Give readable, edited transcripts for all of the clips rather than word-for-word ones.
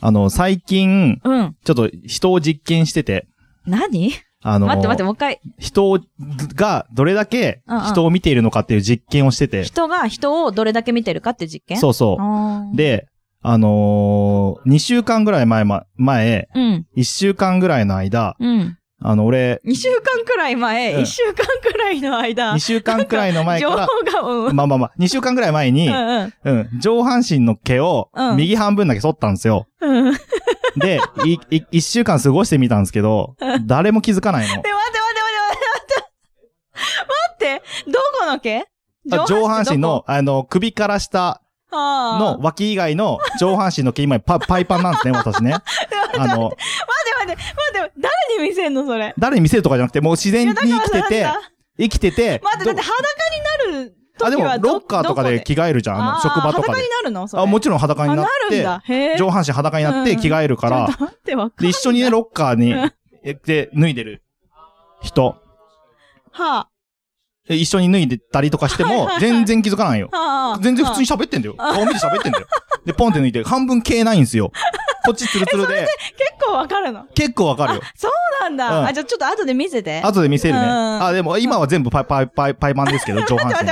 最近、 うん。 ちょっと人を実験してて。 何？待って、もう一回。 人がどれだけ人を見ているのかっていう実験をしてて。 人が人をどれだけ見てるかっていう実験？ そうそう。で、2週間ぐらい前、うん。1週間ぐらいの間、 うん。 俺、 2週間くらい前、1週間くらいの間。 2週間くらいの前から、 情報が、 まあ、2週間くらい前に、上半身の毛を右半分だけ剃ったんですよ。で、1週間過ごしてみたんですけど、誰も気づかないの。 待って、どこの毛？ 上半身の、首から下の脇以外の上半身の毛、今パイパンなんですね、私ね。 待って、誰に見せんのそれ。 誰に見せるとかじゃなくて、もう自然に生きてて、 待って、だって裸になる時はでも、ロッカーとかで着替えるじゃん、職場とかで。 裸になるのそれ。 もちろん裸になって、上半身裸になって着替えるから、で、一緒にね、ロッカーに、で、脱いでる人。 はぁ。 一緒に脱いでたりとかしても、全然気づかないよ。全然普通に喋ってんだよ。顔見て喋ってんだよ。で、ポンって脱いで、半分毛ないんすよ。こっちツルツルで。 結構わかるの？ 結構わかるよ。 そうなんだ。じゃあちょっと後で見せて。 後で見せるね。でも今は全部パイパンですけど、上半身。待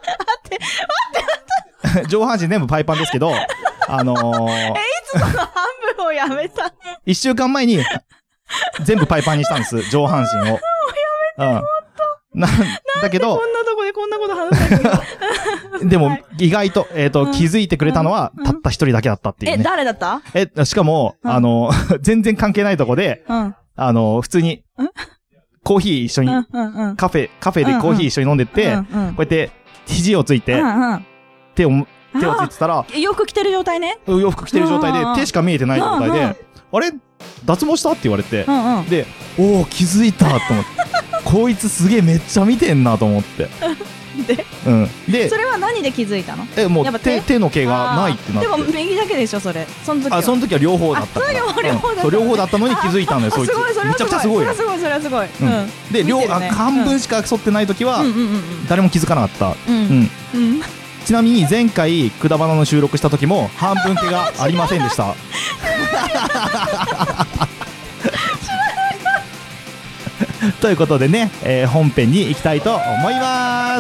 って。上半身全部パイパンですけど、いつその半分をやめた ？1週間前に、全部パイパンにしたんです、上半身を。もうやめて、 だけど、 こんなとこでこんなこと話したでも、意外と、気づいてくれたのは、たった一人だけだったっていうね。 誰だった？ しかも、全然関係ないとこで、普通に、コーヒー一緒に、カフェでコーヒー一緒に飲んでって、こうやって、肘をついて、手をついてたら、 洋服着てる状態ね。 洋服着てる状態で、手しか見えてない状態で、あれ脱毛したって言われて、で、気づいたと思って。こいつすげえめっちゃ見てんなと思って。で、 それは何で気づいたの？ もう手の毛がないってなって。 でも右だけでしょ、それ。その時は。 その時は両方だった。両方だったのに気づいたのよ、そいつ。めちゃくちゃすごいよ。 それはすごい。 で、半分しか剃ってない時は、誰も気づかなかった。ちなみに前回、くだばなの収録した時も、半分毛がありませんでした。ということでね、本編に行きたいと思います。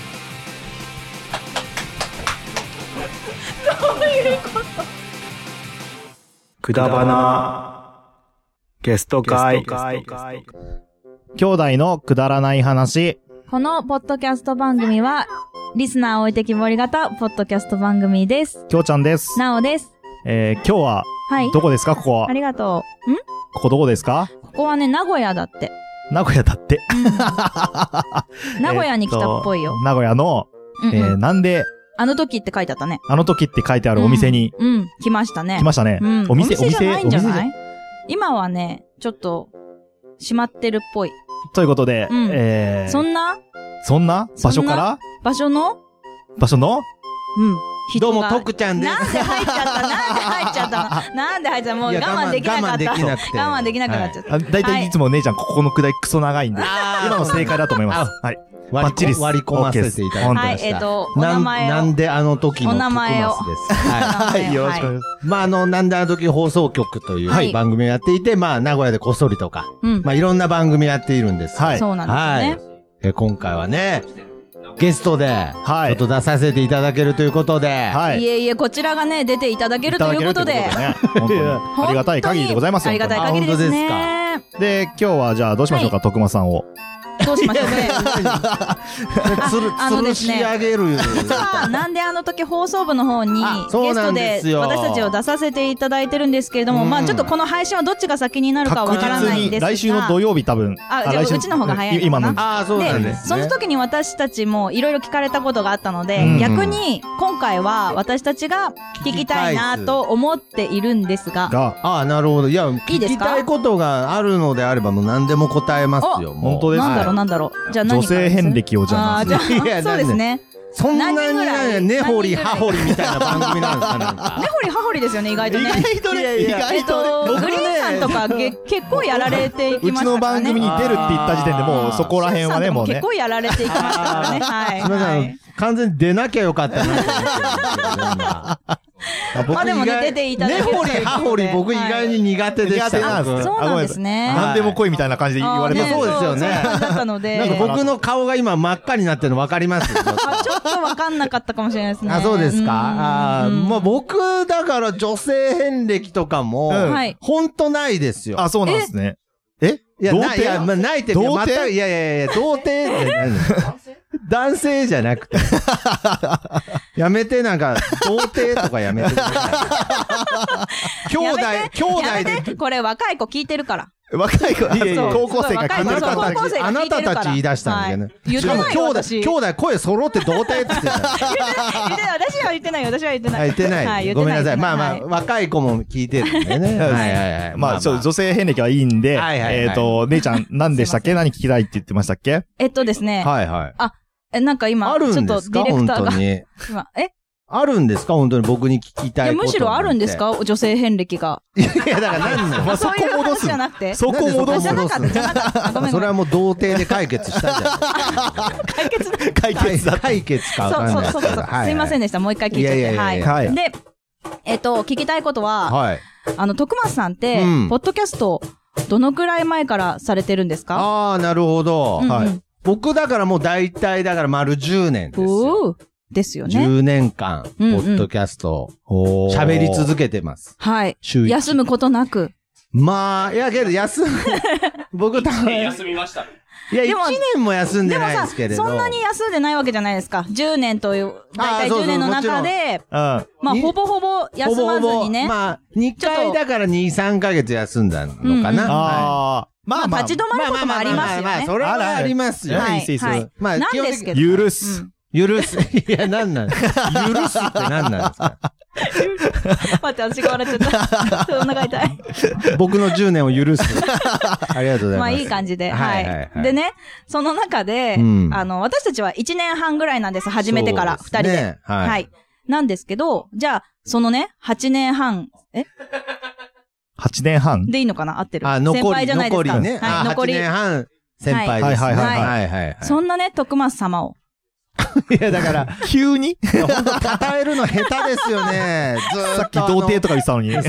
どういうこと？ くだばなゲスト会。兄弟のくだらない話。 このポッドキャスト番組はリスナー置いてきぼり型ポッドキャスト番組です。 きょうちゃんです。 なおです。 今日はどこですか？ここは。 ありがとう。 ここどこですか？ ここはね、名古屋だって。 名古屋だって。 名古屋に来たっぽいよ。 名古屋の、なんで、 あの時って書いてあったね。 あの時って書いてあるお店に。 来ましたね。 来ましたね。 お店じゃないんじゃない？今はね、ちょっと、閉まってるっぽい。 ということで、 そんな場所から場所のどうも、徳ちゃんです。 なんで入っちゃったもう我慢できなかった。我慢できなくなっちゃった。 だいたいいつも姉ちゃん、ここのくだりクソ長いんで。今の正解だと思います。はい。バッチリ割り込ませていただきました。 お名前を。 なんであの時の徳松です。 はい。よろしくお願いします。なんであの時放送局という番組をやっていて、名古屋でこっそりとか、いろんな番組やっているんです。 はい。 そうなんですね。 今回はね、ゲストで、ちょっと出させていただけるということで。 いえいえ、こちらがね、出ていただけるということで。 本当にありがたい限りでございますよ。 ありがたい限りですね。 本当ですか。で、今日はじゃあどうしましょうか、徳間さんを。 どうしましょうね。 吊るし上げる。 なんであの時放送部の方にゲストで私たちを出させていただいてるんですけれども、ちょっとこの配信はどっちが先になるかわからないんですが、 来週の土曜日多分。 じゃあうちの方が早いのかな。 そうなんです。 その時に私たちもいろいろ聞かれたことがあったので、逆に今回は私たちが聞きたいなと思っているんですが。 なるほど。いや、聞きたいことがあるのであれば何でも答えますよ。 本当ですか。 なんだろう。じゃあ何女性遍歴をじゃあ。 そうですね。 そんなに根掘り葉掘りみたいな番組なんですかなんか。 根掘り葉掘りですよね、意外とね。 意外とグリーンさんとか結構やられていきましたからね。 うちの番組に出るって言った時点でもうそこら辺はね、もうね。 結構やられていきましたからね。はい。 すみません。完全に出なきゃよかったな。 まあでもね、出ていただける。 根掘り葉掘り僕意外に苦手でした。 そうなんですね。 何でも来いみたいな感じで言われた。 そうですよね。 だったので。 なんか僕の顔が今真っ赤になってるの分かります？ ちょっと分かんなかったかもしれないですね。 あ、そうですか。まあ僕、だから女性遍歴とかも、ほんとないですよ。 あ、そうなんですね。 いや、ないって、全く、いや、童貞って何男性じゃなくて。やめて、なんか、童貞とかやめてください。兄弟で。 これ若い子聞いてるから。 若い子、高校生が聞いてるから。 あなたたち言い出したんだけどね。 言ってないよ、 兄弟声揃って童貞って言ってた。 私は言ってない。 言ってない。ごめんなさい。まあ、若い子も聞いてるんでね。はい。 まあ、女性遍歴はいいんで、姉ちゃん何でしたっけ？何聞きたいって言ってましたっけ？ ですね。 はい。 あ、なんか今、ちょっとディレクターが。今、 あるんですか本当に僕に聞きたいこと。 むしろあるんですか女性遍歴が。 いや、だから何なのそういう話じゃなくて。 そこ戻す。 じゃなかった。ごめん。 それはもう童貞で解決したじゃん。解決かわかんない。 そう。すいませんでした。もう一回聞いちゃって。はい。で、聞きたいことは、徳松さんって、ポッドキャスト、どのくらい前からされてるんですか？ ああ、なるほど。僕だからもう大体だから丸10年ですよ。 ですよね。 10年間、ポッドキャスト、喋り続けてます。 はい。休むことなく。 まあ、いやけど僕 1年休みました。 いや、1年も休んでないですけれど。 そんなに休んでないわけじゃないですか。10年という、だいたい10年の中で、まあ、ほぼほぼ休まずにね。 まあ、2回だから2、3ヶ月休んだのかな。 まあ、立ち止まることもありますよね。 まあ、それはありますよ。 はい。まあ、なんですけど。 許す。 いや、なんなんですか許すってなんなんですか待って、私が笑っちゃった。お腹痛い。 僕の10年を許す。ありがとうございます。 まあ、いい感じで。はい。でね、その中で、私たちは1年半ぐらいなんです。始めてから、2人で。はい。なんですけど、じゃあ、そのね、8年半、 8年半でいいのかな合ってる。先輩じゃないですか。 残りね。8年半、先輩です。はい。 そんなね、徳松様を。 いや、だから、 急にほんと、称えるの下手ですよね。 さっき童貞とか言ってたのに。 そう。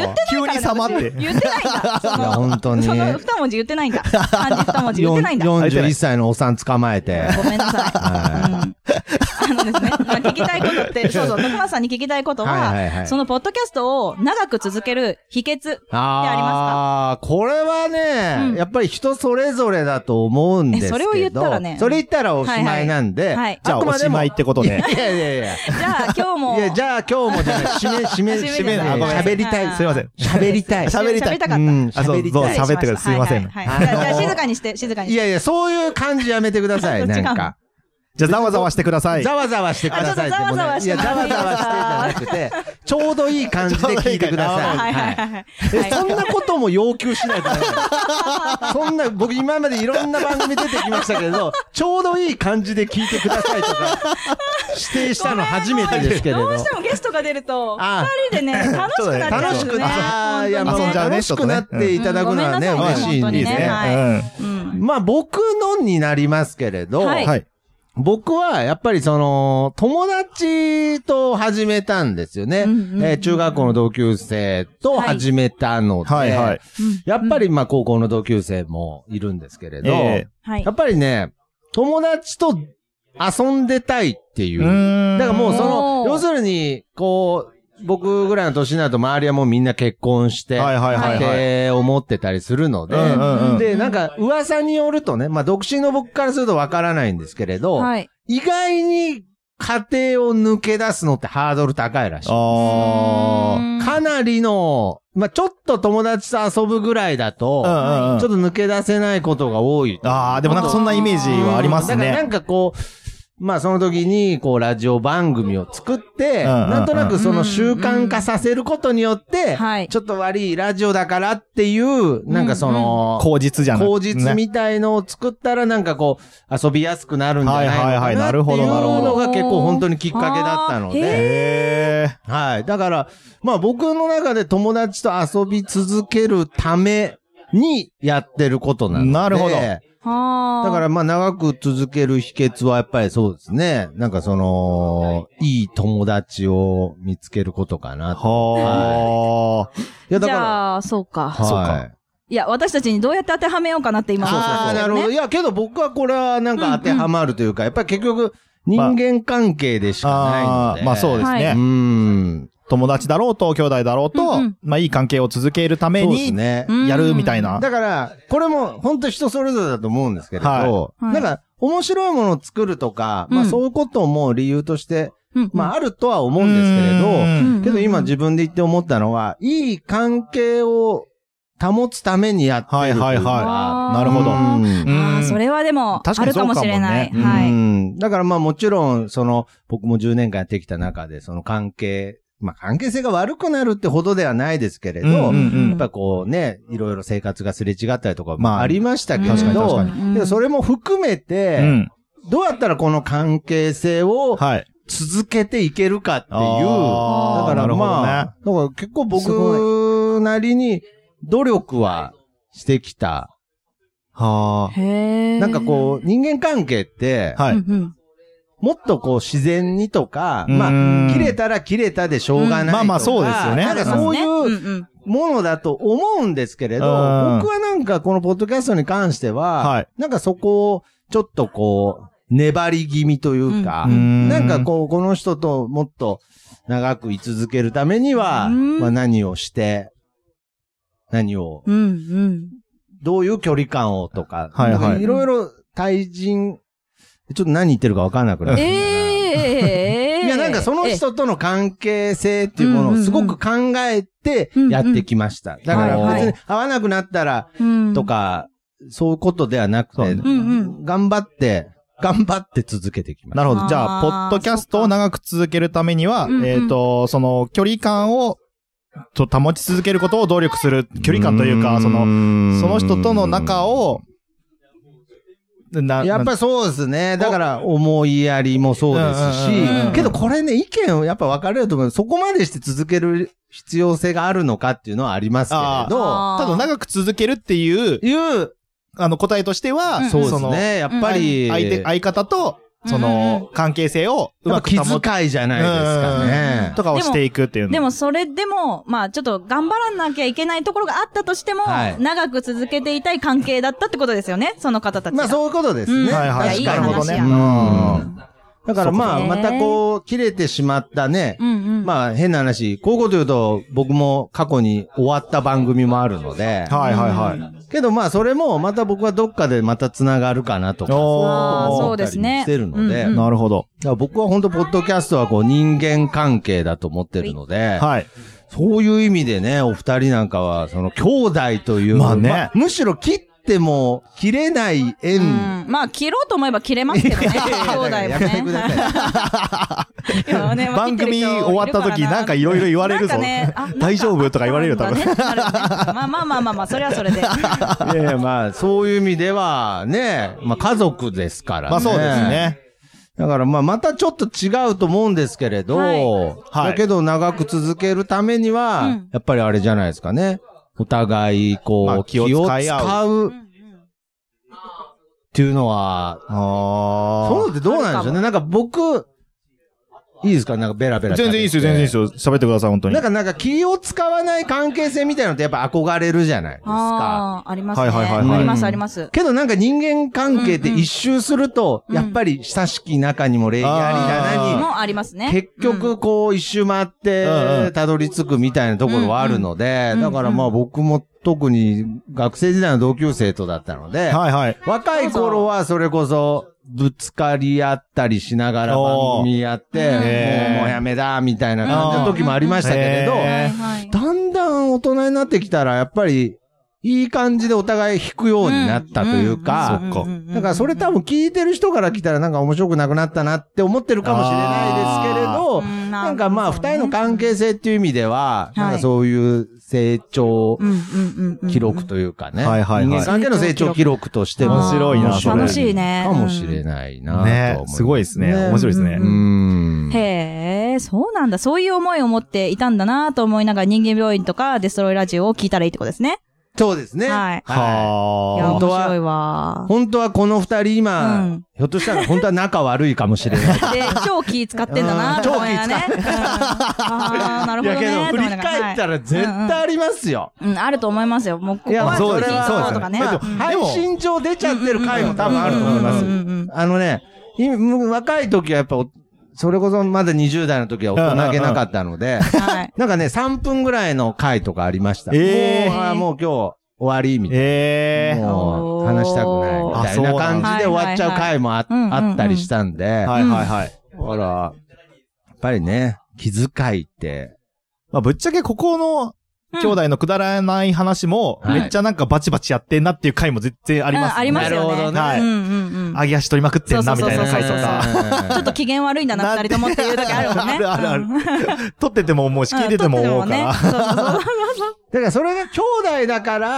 急に様って。 言ってないんだ。 いや、本当に。 その2文字言ってないんだ。漢字2文字言ってないんだ。 41歳のおっさん捕まえて。 ごめんなさい。ですね。聞きたいことって、そう、徳松さんに聞きたいことは、そのポッドキャストを長く続ける秘訣ってありますか？ ああ、これはね、やっぱり人それぞれだと思うんですけど。 それを言ったらね。 それ言ったらおしまいなんで。 じゃあおしまいってことで。 いや。 じゃあ今日も。 いや、じゃあ今日もじゃない。締め、喋りたい。 すいません。 喋りたい。 喋りたかった。 喋りたい。 喋ってください。すいません。 じゃあ静かにして。 いや、そういう感じやめてください。なんか。 じゃあ、ざわざわしてください。 ざわざわしてくださいってもね。いや、ざわざわしてじゃなくて、ちょうどいい感じで聞いてください。はい。そんなことも要求しないとダメ。そんな、僕今までいろんな番組出てきましたけど、ちょうどいい感じで聞いてくださいとか、指定したの初めてですけれど。 どうしてもゲストが出ると、二人でね、楽しくなっちゃうんですね。 いや、楽しくなっていただくのはね、嬉しいんですね。まあ、僕のになりますけれど、はい。僕は、やっぱり友達と始めたんですよね。中学校の同級生と始めたので、やっぱり高校の同級生もいるんですけれど、やっぱりね、友達と遊んでたいっていう。だからもう要するに、僕ぐらいの年になると周りはもうみんな結婚して、家庭を持ってたりするので、で、なんか噂によるとね、独身の僕からするとわからないんですけれど、意外に家庭を抜け出すのってハードル高いらしい。かなりの、ちょっと友達と遊ぶぐらいだと、ちょっと抜け出せないことが多い。 でもなんかそんなイメージはありますね。 だからなんかその時に、ラジオ番組を作って、なんとなくその習慣化させることによって、ちょっと悪いラジオだからっていう、なんか口実じゃない。 口実みたいのを作ったら、なんか遊びやすくなるんじゃないのかなっていうのが結構本当にきっかけだったので、はい。だから、僕の中で友達と遊び続けるためにやってることなんで、 なるほど。 だからまあ長く続ける秘訣はやっぱりそうですね。なんかいい友達を見つけることかなと。はい。 いやだから。じゃあ、そうか。 はい。そうか。 いや、私たちにどうやって当てはめようかなって今思ってたんですよね。なるほど。いや、けど僕はこれはなんか当てはまるというか、やっぱり結局人間関係でしかないので。 まあそうですね。友達だろうと、兄弟だろうと、まあいい関係を続けるために、やるみたいな。 だから、これも本当人それぞれだと思うんですけれど、なんか面白いものを作るとか、まあそういうことも理由として、まああるとは思うんですけれど、けど今自分で言って思ったのは、いい関係を保つためにやってる。はいはいはい。なるほど。 ああ、それはでも、あるかもしれない。はい。 だからまあもちろん、僕も10年間やってきた中で、その関係、まあ関係性が悪くなるってほどではないですけれど、やっぱこうね、いろいろ生活がすれ違ったりとかもありましたけれど、けどそれも含めて、どうやったらこの関係性を続けていけるかっていう、だからまあ、だから結構僕なりに努力はしてきた。 はあ。 なんかこう、人間関係って、もっとこう自然にとか、まあ、切れたら切れたでしょうがないとか。 まあまあそうですよね。 なんかそういうものだと思うんですけれど、僕はなんかこのポッドキャストに関しては、なんかそこをちょっとこう、粘り気味というか、なんかこう、この人ともっと長く居続けるためには、まあ何をして、何を、どういう距離感をとか、いろいろ対人、ちょっと何言ってるか分かんなくなる。いや、なんかその人との関係性っていうものをすごく考えてやってきました。だから別に会わなくなったらとか、そういうことではなくて、頑張って続けてきました。 なるほど。じゃあ、ポッドキャストを長く続けるためには、その距離感を保ち続けることを努力する距離感というか、その人との仲を、 やっぱりそうですね。だから思いやりもそうですし、けどこれね、意見をやっぱ分かれると思う。そこまでして続ける必要性があるのかっていうのはありますけれど、 ただ長く続けるっていう答えとしては、 そうですね。やっぱり相方とその関係性をうまく気遣いじゃないですかね。 とかをしていくっていうの。 でもそれでも、まあちょっと頑張らなきゃいけないところがあったとしても、長く続けていたい関係だったってことですよね、その方たちが。 まあそういうことですね。 はいはい。 なるほどね。 だからまあ、またこう、切れてしまったね。まあ変な話、こういうこと言うと、僕も過去に終わった番組もあるので。 はいはいはい。 けどまあそれもまた僕はどっかでまた繋がるかなとか。 そうですね。 してるので。 なるほど。 だから僕は本当ポッドキャストはこう人間関係だと思ってるので。 はい。 そういう意味でね、お二人なんかは、その兄弟という。 まあね。 むしろ切っても切れない縁。 まあ切ろうと思えば切れますけどね。兄弟もね。 やめてください。 番組終わった時なんかいろいろ言われるぞ。大丈夫とか言われるよ、多分。 まあ、それはそれで。いやいや、まあ、そういう意味では、ね、まあ家族ですからね。 まあそうですね。 だからまあまたちょっと違うと思うんですけれど、だけど長く続けるためには、やっぱりあれじゃないですかね。お互い、こう、気を使う。っていうのは、そういうのってどうなんでしょうね。なんか僕、いいですかなんかベラベラ。 全然いいですよ、全然いいですよ。喋ってください、本当に。 なんか気を使わない関係性みたいなのってやっぱ憧れるじゃないですか。 ありますね。あります、あります。 けどなんか人間関係って一周すると、やっぱり親しき中にも礼儀ありだなに。 もありますね。 結局こう一周回って、たどり着くみたいなところはあるので、だからまあ僕も特に学生時代の同級生とだったので、若い頃はそれこそ、ぶつかり合ったりしながら番組やって、もうやめだ、みたいな感じの時もありましたけれど、だんだん大人になってきたら、やっぱり、いい感じでお互い弾くようになったというか、だからそれ多分聞いてる人から来たらなんか面白くなくなったなって思ってるかもしれないですけれど、なんかまあ二人の関係性っていう意味では、なんかそういう成長記録というかね、人間関係の成長記録としても面白いな、 楽しいね。 かもしれないなね。すごいですね。面白いですね。 へえ、そうなんだ。そういう思いを持っていたんだなと思いながら人間病院とかデストロイラジオを聞いたらいいってことですね。 そうですね。 はい。 はあ。いや、面白いわ。 本当はこの二人今、ひょっとしたら本当は仲悪いかもしれない。 で、超気使ってんだな、 超気使って。 ああ、なるほどね。 いやけど、振り返ったら絶対ありますよ。 うん、あると思いますよ。もう、ここはそうですとかね。 配信上出ちゃってる回も多分あると思います。若い時はやっぱ、それこそまだ20代の時は大人げなかったので、なんかね、3分ぐらいの回とかありました。もう今日終わりみたいな。もう話したくないみたいな感じで終わっちゃう回もあったりしたんで。 はいはいはい。 ほら、やっぱりね、気遣いって。 まあぶっちゃけここの兄弟のくだらない話も、めっちゃなんかバチバチやってんなっていう回も絶対ありますね。 ありますよね。 なるほどね。 はい。揚げ足取りまくってんなみたいな回とか。 ちょっと機嫌悪いんだな、二人ともっていう時あるもんね。 あるある。撮っててももう仕切れても思うから。 そうそうそう。 だからそれが兄弟だから、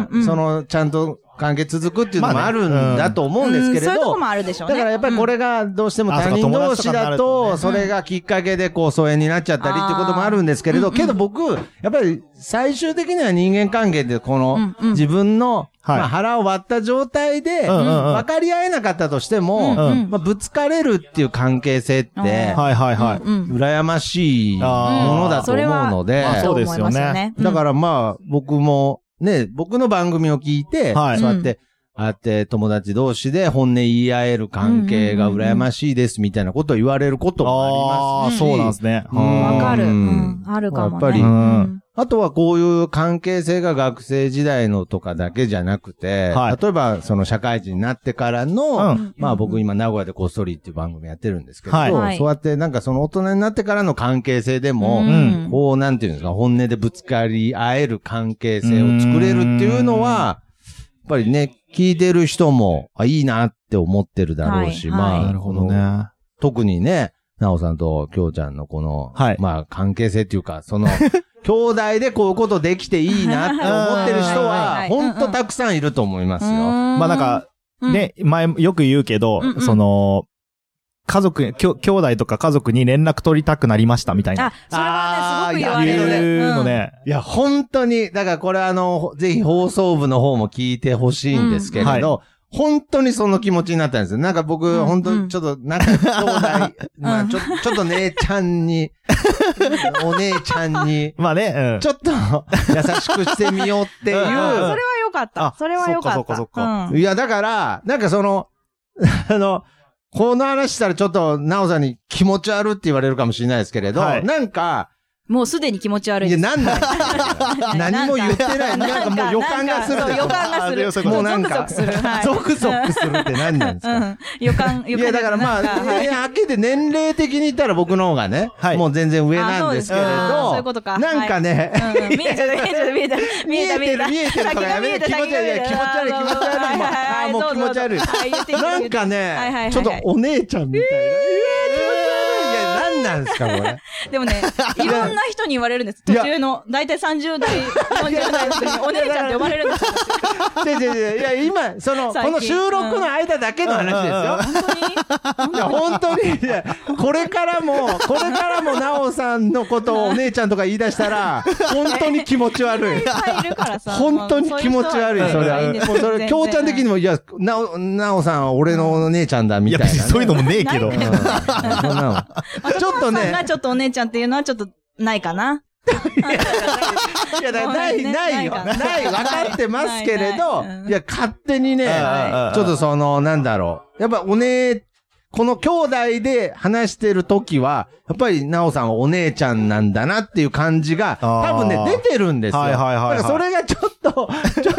ちゃんと関係続くっていうのもあるんだと思うんですけれど、 そういうとこもあるでしょうね。 だからやっぱりこれがどうしても他人同士だと、それがきっかけでこう疎遠になっちゃったりっていうこともあるんですけれど、けど僕、やっぱり最終的には人間関係でこの自分の腹を割った状態で分かり合えなかったとしても、ぶつかれるっていう関係性って、羨ましいものだと思うので、 そうですよね。 だからまあ僕も、ね、僕の番組を聞いて、そうやって友達同士で本音言い合える関係が羨ましいですみたいなことを言われることもありますし。 そうなんですね。 わかる。あるかもね。 やっぱり、あとはこういう関係性が学生時代のとかだけじゃなくて、例えばその社会人になってからの、まあ僕今名古屋でこっそりっていう番組やってるんですけど、そうやってなんかその大人になってからの関係性でも、こうなんていうんですか、本音でぶつかり合える関係性を作れるっていうのは、やっぱりね、聞いてる人も、いいなって思ってるだろうし、まあ、 なるほどね。 特にね、なおさんときょうちゃんのこの、まあ関係性っていうか、その、兄弟でこういうことできていいなって思ってる人は、ほんとたくさんいると思いますよ。 まあなんか、ね、前よく言うけど、その、兄弟とか家族に連絡取りたくなりましたみたいな。 それはね、すごく言われるね。 いや、本当に、だからこれぜひ放送部の方も聞いてほしいんですけれど、本当にその気持ちになったんですよ。なんか僕、本当にちょっと、なんか兄弟、まあちょっと姉ちゃんに、お姉ちゃんに、 まあね、 ちょっと優しくしてみようっていう。それは良かった。それは良かった。 そっか。 いや、だから、なんかその、この話したらちょっと、なおさんに気持ち悪って言われるかもしれないですけれど、なんか、 もうすでに気持ち悪いです。 いや、なんだ何も言ってない。なんかもう予感がする。 予感がする。 もうなんか、 ゾクゾクする。 ゾクゾクするって何なんですか予感。 いや、だからまあ、はっきり年齢的に言ったら僕の方がね、もう全然上なんですけれど、 そういうことか。 なんかね、 見えてる。 見えてるとかやめて、気持ち悪い。もう気持ち悪い。なんかね、ちょっとお姉ちゃんみたいな。何なんですか、これ。 でもね、いろんな人に言われるんです。途中の、だいたい30代、40代の人にお姉ちゃんって呼ばれるんですよ。 いや、今、この収録の間だけの話ですよ。本当にいや、本当に、これからもなおさんのことをお姉ちゃんとか言い出したら、本当に気持ち悪い。本当に気持ち悪い、それ。きょうちゃん的にも、いや、なおさんは俺のお姉ちゃんだ、みたいな。いや、 そういうのもねえけど。 ちょっとね。ちょっとお姉ちゃんっていうのはちょっとないかな。 いや、ないよ。分かってますけれど、いや、勝手にね、ちょっとなんだろう。やっぱこの兄弟で話してる時は、やっぱりなおさんはお姉ちゃんなんだなっていう感じが、多分ね、出てるんですよ。だからそれがちょっと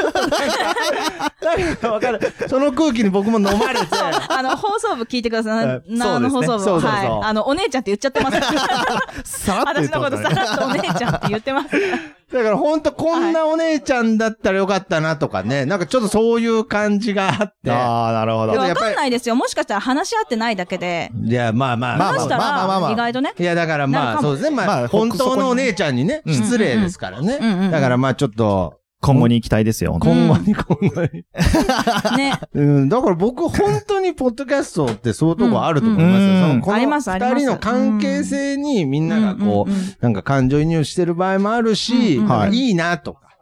なんかわかる。その空気に僕も飲まれて。 放送部聞いてください。放送部。 そう。 お姉ちゃんって言っちゃってます。私のことさらっとお姉ちゃんって言ってます。 だからほんとこんなお姉ちゃんだったらよかったなとかね。なんかちょっとそういう感じがあって。 なるほど。 わかんないですよ。もしかしたら話し合ってないだけで。 いや、まあ。 話したら、意外とね。 いや、だからそうですね。まあ、本当のお姉ちゃんにね、失礼ですからね。だからちょっと、 今後に期待ですよ。 今後に。ね。だから僕本当にポッドキャストってそういうとこあると思いますよ。この二人の関係性にみんながこう、なんか感情移入してる場合もあるし、いいなとか。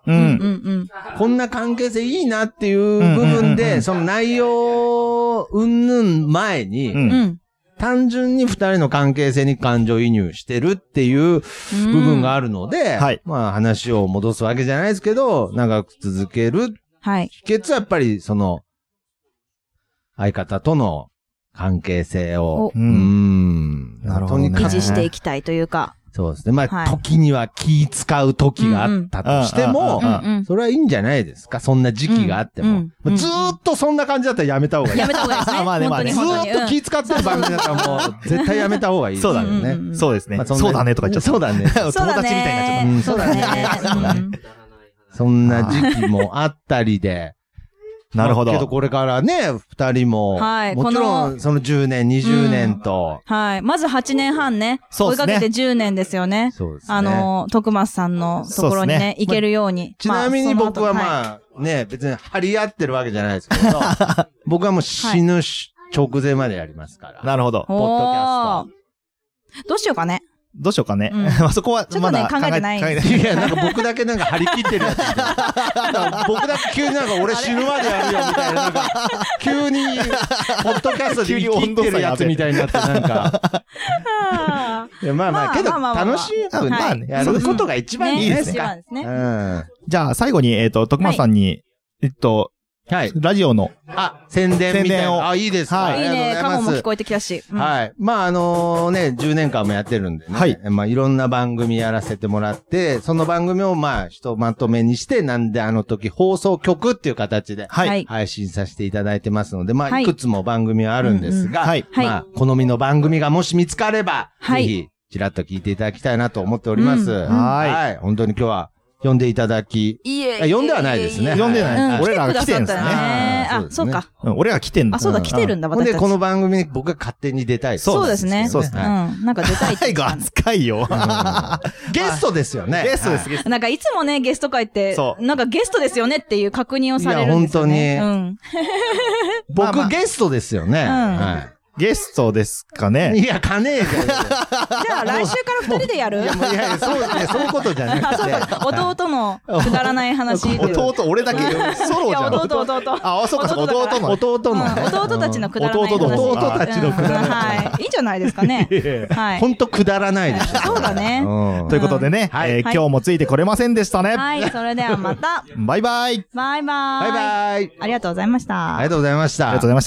こんな関係性いいなっていう部分で、その内容云々前に、単純に二人の関係性に感情移入してるっていう部分があるので、まあ話を戻すわけじゃないですけど、長く続ける秘訣はやっぱりその、相方との関係性を、 なるほどね。 維持していきたいというか。 そうですね。まあ、時には気使う時があったとしても、それはいいんじゃないですか。そんな時期があっても。ずーっとそんな感じだったらやめた方がいい。 やめた方がいいですね。 まあね、まあね。 ずーっと気使ってる番組だったらもう、絶対やめた方がいいですよね。 そうですね。そうだねとか言っちゃった。 そうだね。 友達みたいになっちゃった。 そうだね。 そんな時期もあったりで。 なるほど。 けどこれからね、二人も、もちろんその10年、20年と。 はい。まず8年半ね。追いかけて10年ですよね。 そうですね。 徳松さんのところにね、行けるように。 ちなみに僕はまあ、ね、別に張り合ってるわけじゃないですけど、僕はもう死ぬ直前までやりますから。 なるほど。 ポッドキャスト。 どうしようかね。 どうしようかね。そこはまだ考えてない。 いや、なんか僕だけなんか張り切ってるやつみたいな。僕だけ急になんか俺死ぬまでやるよみたいな、なんか、急に、ポッドキャストで生きてるやつみたいになって、なんか。まあまあ、けど楽しくね、やることが一番いいですか。 じゃあ最後に、徳松さんに、はい。ラジオの。 宣伝みたいな。いいですか。 はい。いいね。カモも聞こえてきたし。 はい。まあね、10年間もやってるんでね。はい。まあいろんな番組やらせてもらって、その番組をまあひとまとめにして、なんであの時放送局っていう形で、はい。配信させていただいてますので、まあいくつも番組はあるんですが、はい。まあ好みの番組がもし見つかれば、ぜひ、ちらっと聞いていただきたいなと思っております。はい。本当に今日は、呼んでいただき。呼んではないですね。 呼んでない。俺らが来てんですね。 そうか。 俺ら来てんだ。 そうだ、来てるんだ、私たち。 で、この番組に僕が勝手に出たい。 そうですね。そうですね。なんか出たいって。 最後扱いよ。 ゲストですよね。 ゲストです、ゲスト。 なんかいつもね、ゲスト会って、なんかゲストですよねっていう確認をされるんですよね。 いや、本当に。僕ゲストですよね。はい。 ゲストですかね。 いや、かねえじゃん。 じゃあ来週から二人でやる？ いや、そういうことじゃなくて。 弟のくだらない話。 弟、俺だけソロじゃん。 弟。 あ、そうか、弟の。 弟たちのくだらない話。 弟たちのくだらない。 はい。いいんじゃないですかね。 はい。ほんとくだらないでしょ。 そうだね。 ということでね、今日もついてこれませんでしたね。 はい、それではまた。 バイバイ。 バイバイ。 バイバイ。 ありがとうございました。 ありがとうございました。 ありがとうございました。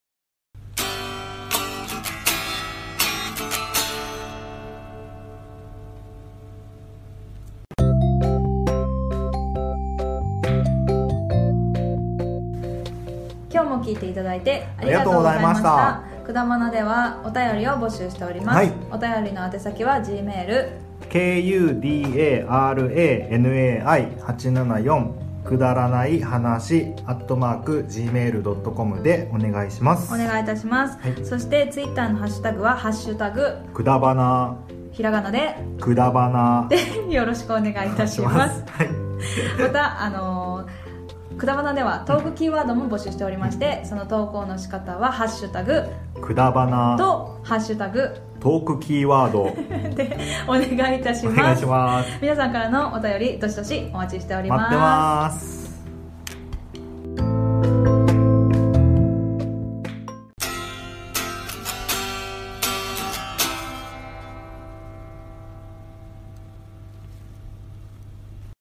今日も聞いていただいてありがとうございました。くだまなではお便りを募集しております。はい、お便りの宛先は G メール kudaranai874くだらない話@gmail.com でお願いします。 お願いいたします。はい、そしてツイッターのハッシュタグはハッシュタグくだばな、 ひらがなでくだばなでよろしくお願いいたします。 はい、 またくだばなではトークキーワードも募集しておりまして、その投稿の仕方はハッシュタグくだばなとハッシュタグトークキーワードでお願いいたします。 お願いします。 皆さんからのお便りどしどしお待ちしております。 待ってます。